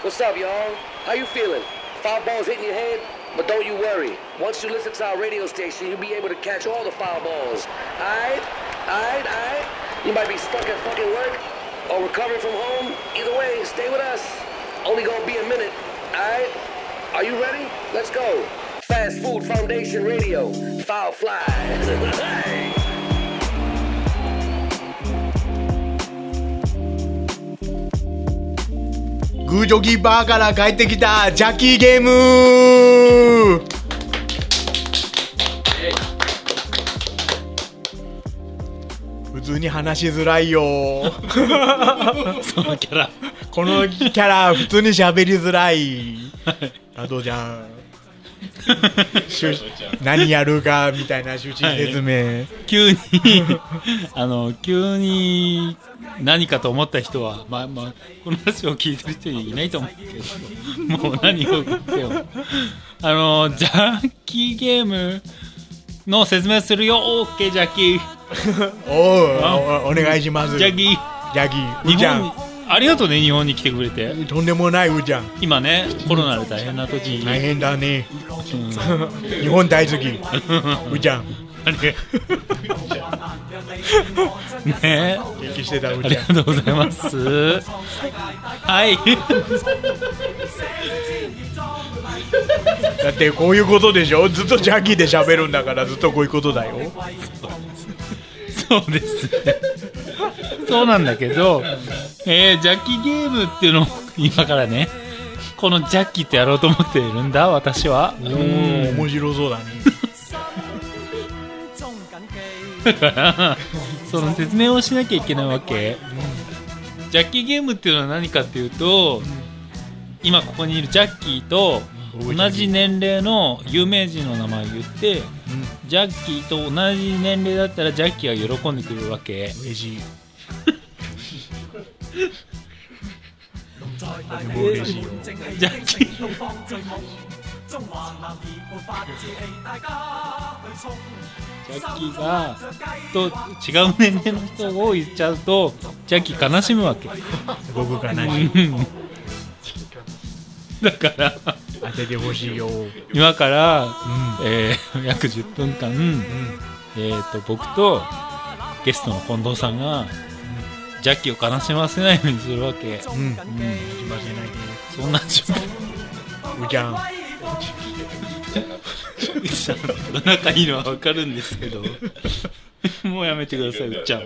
What's up, y'all? How you feeling? Foul balls hitting your head? But don't you worry. Once you listen to our radio station, you'll be able to catch all the foul balls. Alright? You might be stuck at fucking work or recovering from home. Either way, stay with us. Only gonna be a minute. Alright? Are you ready? Let's go. Fast Food Foundation Radio. Foul Fly. グージョギバーから帰ってきたジャッキーゲーム。普通に話しづらいよそのキャラこのキャラ普通に喋りづらい加藤ちゃん何やるかみたいな趣旨説明、 はい、急に何かと思った人は、この話を聞いてる人いないと思うけど、もう何を言ってもジャッキーゲームの説明するよ。 OK ジャッキーお願いします。 ジャッキーうちゃんありがとうね、日本に来てくれて。 とんでもないうちゃん、 今ねコロナで大変な時。 大変だね、日本大好きうちゃんね、 元気してたうちゃん、 ありがとうございますはいだってこういうことでしょ、ずっとジャッキーで喋るんだからずっとこういうことだよ。 そうですねそうなんだけど、ジャッキーゲームっていうのを今からね、このジャッキーってやろうと思っているんだ私は。 面白そうだねだからその説明をしなきゃいけないわけ。ジャッキーゲームっていうのは何かっていうと、今ここにいるジャッキーと同じ年齢の有名人の名前を言って、ジャッキーと同じ年齢だったらジャッキーが喜んでくれるわけ。 嬉しい嬉しいよ。 ジャッキーがと違う年齢の人を言っちゃうとジャッキー悲しむわけ。 僕悲しいだから当ててほしいよ。 今から、約10分間、僕とゲストの近藤さんが、ジャッキーを悲しませないようにするわけ。 悲しませないで。 そんな準備うちゃん仲いいのは分かるんですけどもうやめてください。うっちゃんは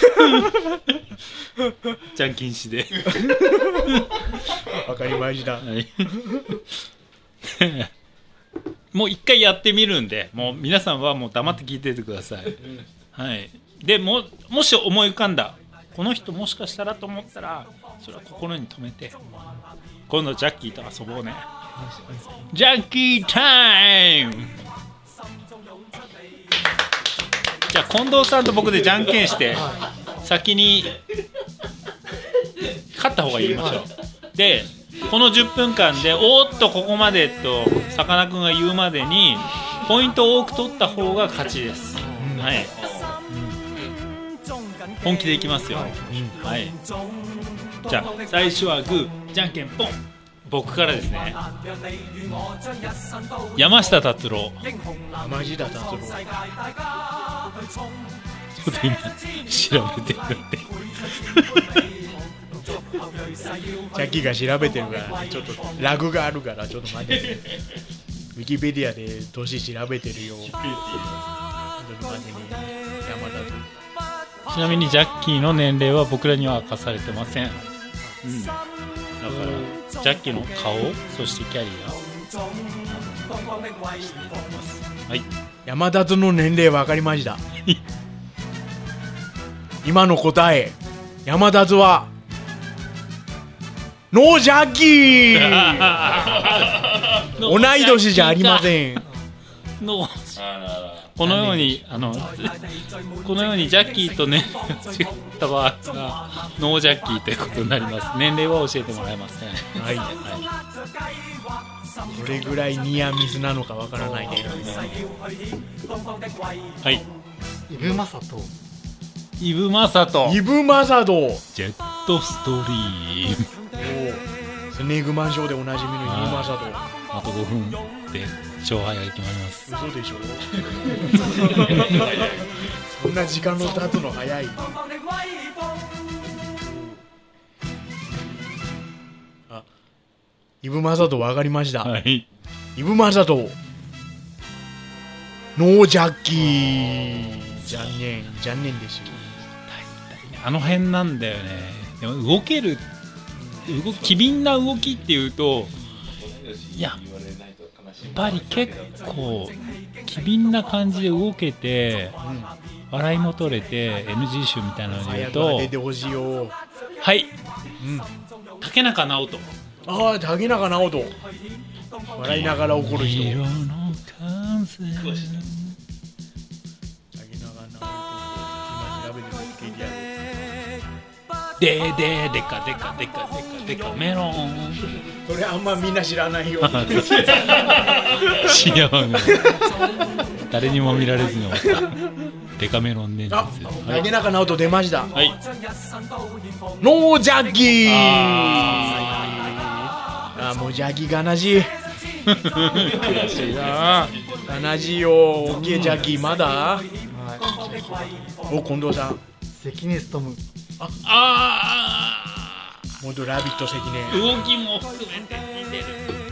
じゃん禁止でわかりました、 はいもう一回やってみるんで、もう皆さんはもう黙って聞いててください、はい、でもし思い浮かんだこの人もしかしたらと思ったら、それは心に留めて今度ジャッキーと遊ぼうね。ジャッキータイム。じゃあ近藤さんと僕でじゃんけんして先に勝った方が言いましょう。でこの10分間でおーっとここまでとさかなクンが言うまでにポイントを多く取った方が勝ちです、はい、本気でいきますよ、はい、じゃあ最初はグーじゃんけんポン。僕からですね。山下達郎。 山下達郎。 ちょっと今調べてるってジャッキーが調べてるから、ね、ちょっとラグがあるからちょっと待って、ね、ウィキペディアで年調べてるよ。ちょっと待ってね。山田ちなみにジャッキーの年齢は僕らには明かされてません、だからジャッキーの顔、そしてキャリア、はい、 山田の年齢分かりました今の答え、山田はノージャッキー同い年じゃありません。 このようにこのようにジャッキーと年齢が違った場合はノージャッキーということになります。年齢は教えてもらえません。はい、はい、 どれぐらいニアミスなのかわからないね。 はい。 イブマサト。 イブマサト。 イブマサト。 ジェットストリーム。 スネーグマンショーでおなじみのイブ・マサト。 あと5分で勝敗が決まります。 嘘でしょそんな時間の経つの早い。あ、イブ・マサト分かりました、 はい、 イブ・マサトノージャッキー。残念ですよ。 あの辺なんだよね。でも動ける機敏な動きっていうと、やっぱり結構機敏な感じで動けて、笑いも取れて NG 集みたいなので言うと、 出てほしいよ。 はい、竹中直人。 ああ、竹中直人、笑いながら怒る人。 色の風、でかメロン。 それあんまみんな知らないよ。 違うね。誰にも見られずに終わったデカメロン伝説。 竹中直人出ました。 はい、 ノージャッキー。もうジャギがなじい。 悔しいな。 がなじいよ。大きいジャギまだ。お、近藤さん。 関根勤。 元ラビット関根。 動きも含めて似てる。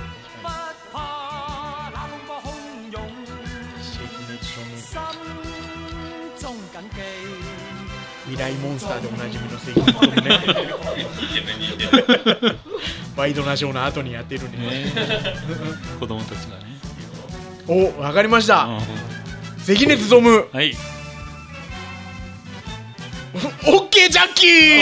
未来モンスターでおなじみの関根勤ね。ワイドナショーの後にやってるね。 子供たちがね。 お、わかりました。関根勤。 はい。 オッケージャッキー。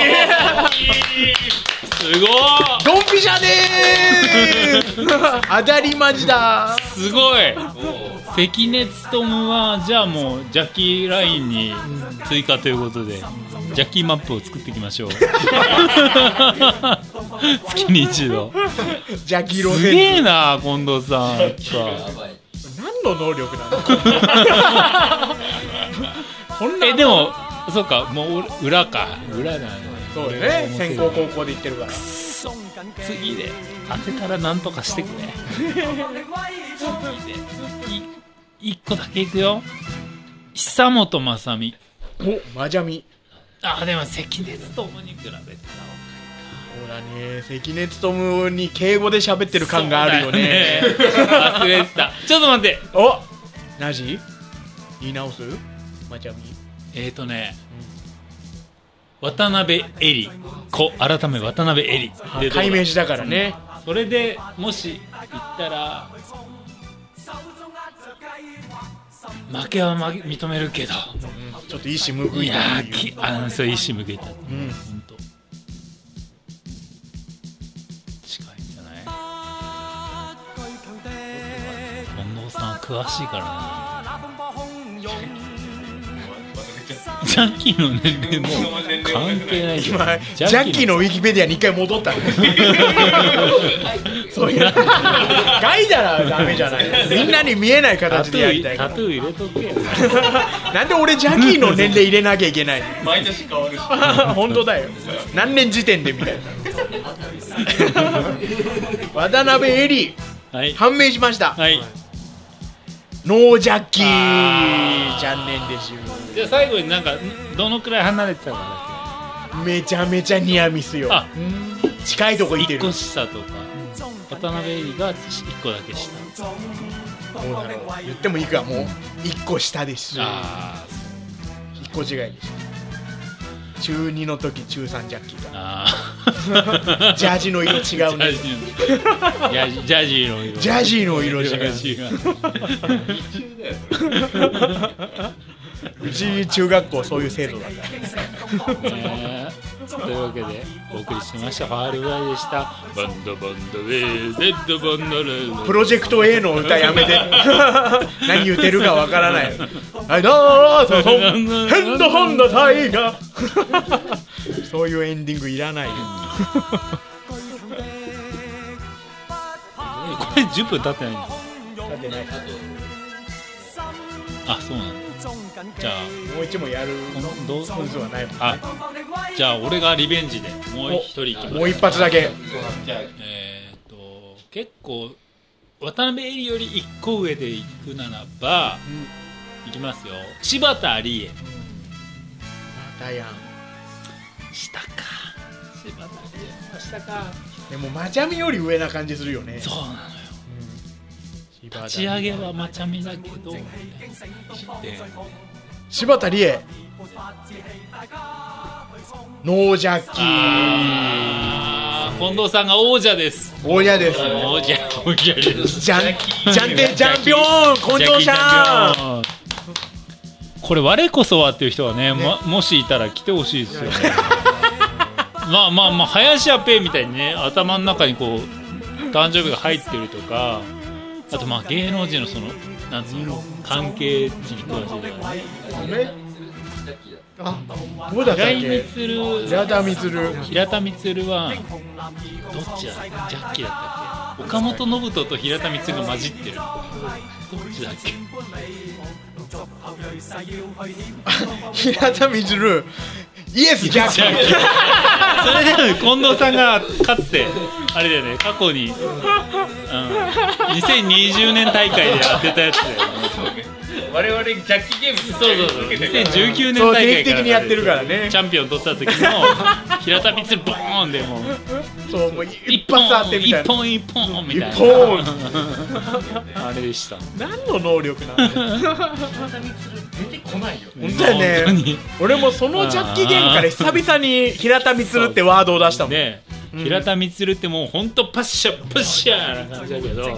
すごい。 ドンピシャでーす。当たりマジだ。 すごい。関根勤はじゃあもうジャッキーラインに追加ということで、ジャッキーマップを作っていきましょう。月に一度。 ジャッキーローすげえな近藤さん。何の能力なの？でもそうか、もう裏だね。 そうね、先攻後攻で言ってるから。 次で当てたらなんとかしてくれ。次で1個だけいくよ。久本雅美。 お、マジャミ。 でも関根勤に比べたら。 そうだね、関根勤に敬語で喋ってる感があるよね。 忘れてた。ちょっと待って。 お、なじ言い直す？マジャミ。 渡辺恵里子、改め渡辺恵里で解明詞だからね。 それでもし言ったら負けは認めるけど、 ちょっと一矢報いたっていう。 そう、一矢報いた。本当近いんじゃない？近藤さん詳しいからね。ジャッキーの年齢も関係ない。 今ジャッキーのウィキペディアに一回戻ったね。そういうガイだらダメじゃない。みんなに見えない形でやりたいから。 タトゥー入れとけよ。 なんで俺ジャッキーの年齢入れなきゃいけないの？ 毎年変わるし。 本当だよ。何年時点でみたいな。渡辺恵里、判明しました。 はい。 ノージャッキー。残念ですよ。 じゃあ最後になんかどのくらい離れてたかだけ。めちゃめちゃニアミスよ。近いとこ行ってる。 1個下とか。渡辺恵里が1個だけ下。 どうだろう。言ってもいいか、もう1個下です。1個違いです。中2の時中3ジャッキーが。ジャージの色違うね。 ジャージーの色。 ジャージーの色違う。うち中学校そういう制度だったね。 というわけでお送りしましたファールフライでした。バンドバンドウェーデッドバンドレープロジェクト A の歌やめて。何言ってるかわからない。はいどうぞヘンドホンドタイガー。そういうエンディングいらないよ。 これ10分経ってないんだ。 経ってない。 そうなんだ。じゃあもう一問やる分数はないもんね。 じゃあ俺がリベンジでもう一人いきます。 もう一発だけ。 じゃあ結構渡辺恵里より1個上でいくならば、いきますよ。柴田理恵。 ダイアン下か。柴田理恵は下か。 でもマチャミより上な感じするよね。 そうなのよ、立ち上げはマチャミだけど、 柴田理恵、ノージャッキー。 近藤さんが王者です。 王者です。 王者です。 じゃんてんチャンピオン近藤さん。 これ我こそはっていう人はね、もしいたら来てほしいですよね。まあ林家ペイみたいにね、頭の中にこう誕生日が入ってるとか、あと芸能人のそのなんつうの関係値に詳しいとかね。 どうだったっけ？ 平田充はどっちだ？ジャッキーだったっけ？岡本信人と平田充が混じってる。どっちだっけ？ 平田充イエスジャッキー。 それで近藤さんがかつてあれだよね、過去に、2020年大会で当てたやつだよね。 我々ジャッキーゲームそう2019年大会から定期的にやってるからね。 チャンピオン取った時の平田充ボーンでもそうもう一発当てみたいな。 一本みたいな。あれでした。 何の能力なの？ 出てこないよ。 本当やね。俺もそのジャッキーゲームから久々に平田充ってワードを出したもんね。 平田充ってもうほんとパッシャーな感じだけど、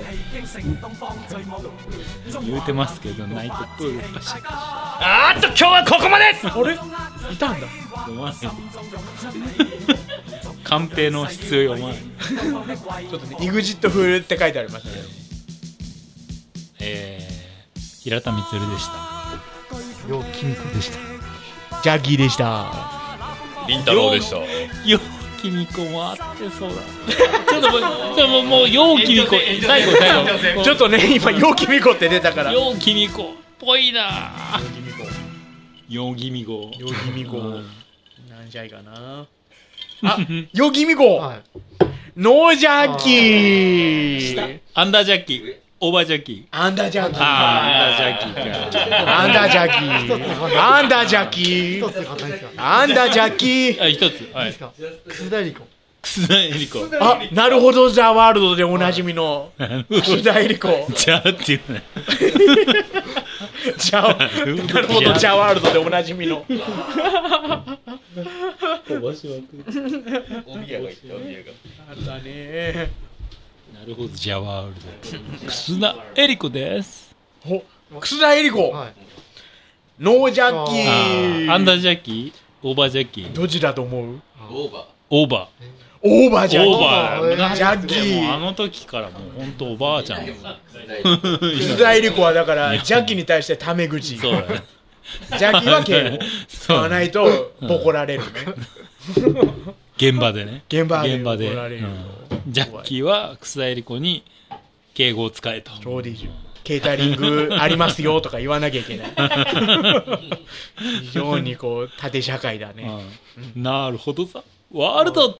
言うてますけどナイトプールパシャ。 今日はここまで。 あれいたんだ。 カンペの必要読まない。 ちょっとね、イグジット風って書いてありましたね。 平田充でした。 よきみこでした。 ジャッキーでした。 りんたろうでした。 きみこもあってそうだ。ちょっともうようきみこ最後ちょっとね今ようきみこって出たから。 ようきみこっぽいな。ようきみこ何試合かな。あ、ようきみこ。ノージャッキー。 アンダージャッキー。オーバージャッキー。 アンダージャッキー。 アンダージャッキー。 アンダージャッキー。アンダージャッキー。アンダージャッキー。 一つ。はい。 楠田絵理子。 楠田絵理子。 あ、なるほどザワールドでおなじみの楠田絵理子。 じゃあっていうね。 じゃあ、なるほどザワールドでおなじみの。 おみやが言ったおみやが。 あったね。 なるほどジャワールド。楠田絵理子です。 楠田絵理子。ノージャッキー。 アンダージャッキー。オーバージャッキー。 どっちだと思う？ オーバージャッキー。 オーバージャッキー。 あの時からもう本当おばあちゃん。 楠田絵理子はだからジャッキーに対してタメ口。 そうだね。 ジャッキーは敬語使わないとボコられるね。 現場でね。 現場でボコられる。ジャッキーは楠田絵理子に敬語を使えと。 そうでしょ。ケータリングありますよとか言わなきゃいけない。非常にこう縦社会だね。 なるほどさ。ワールド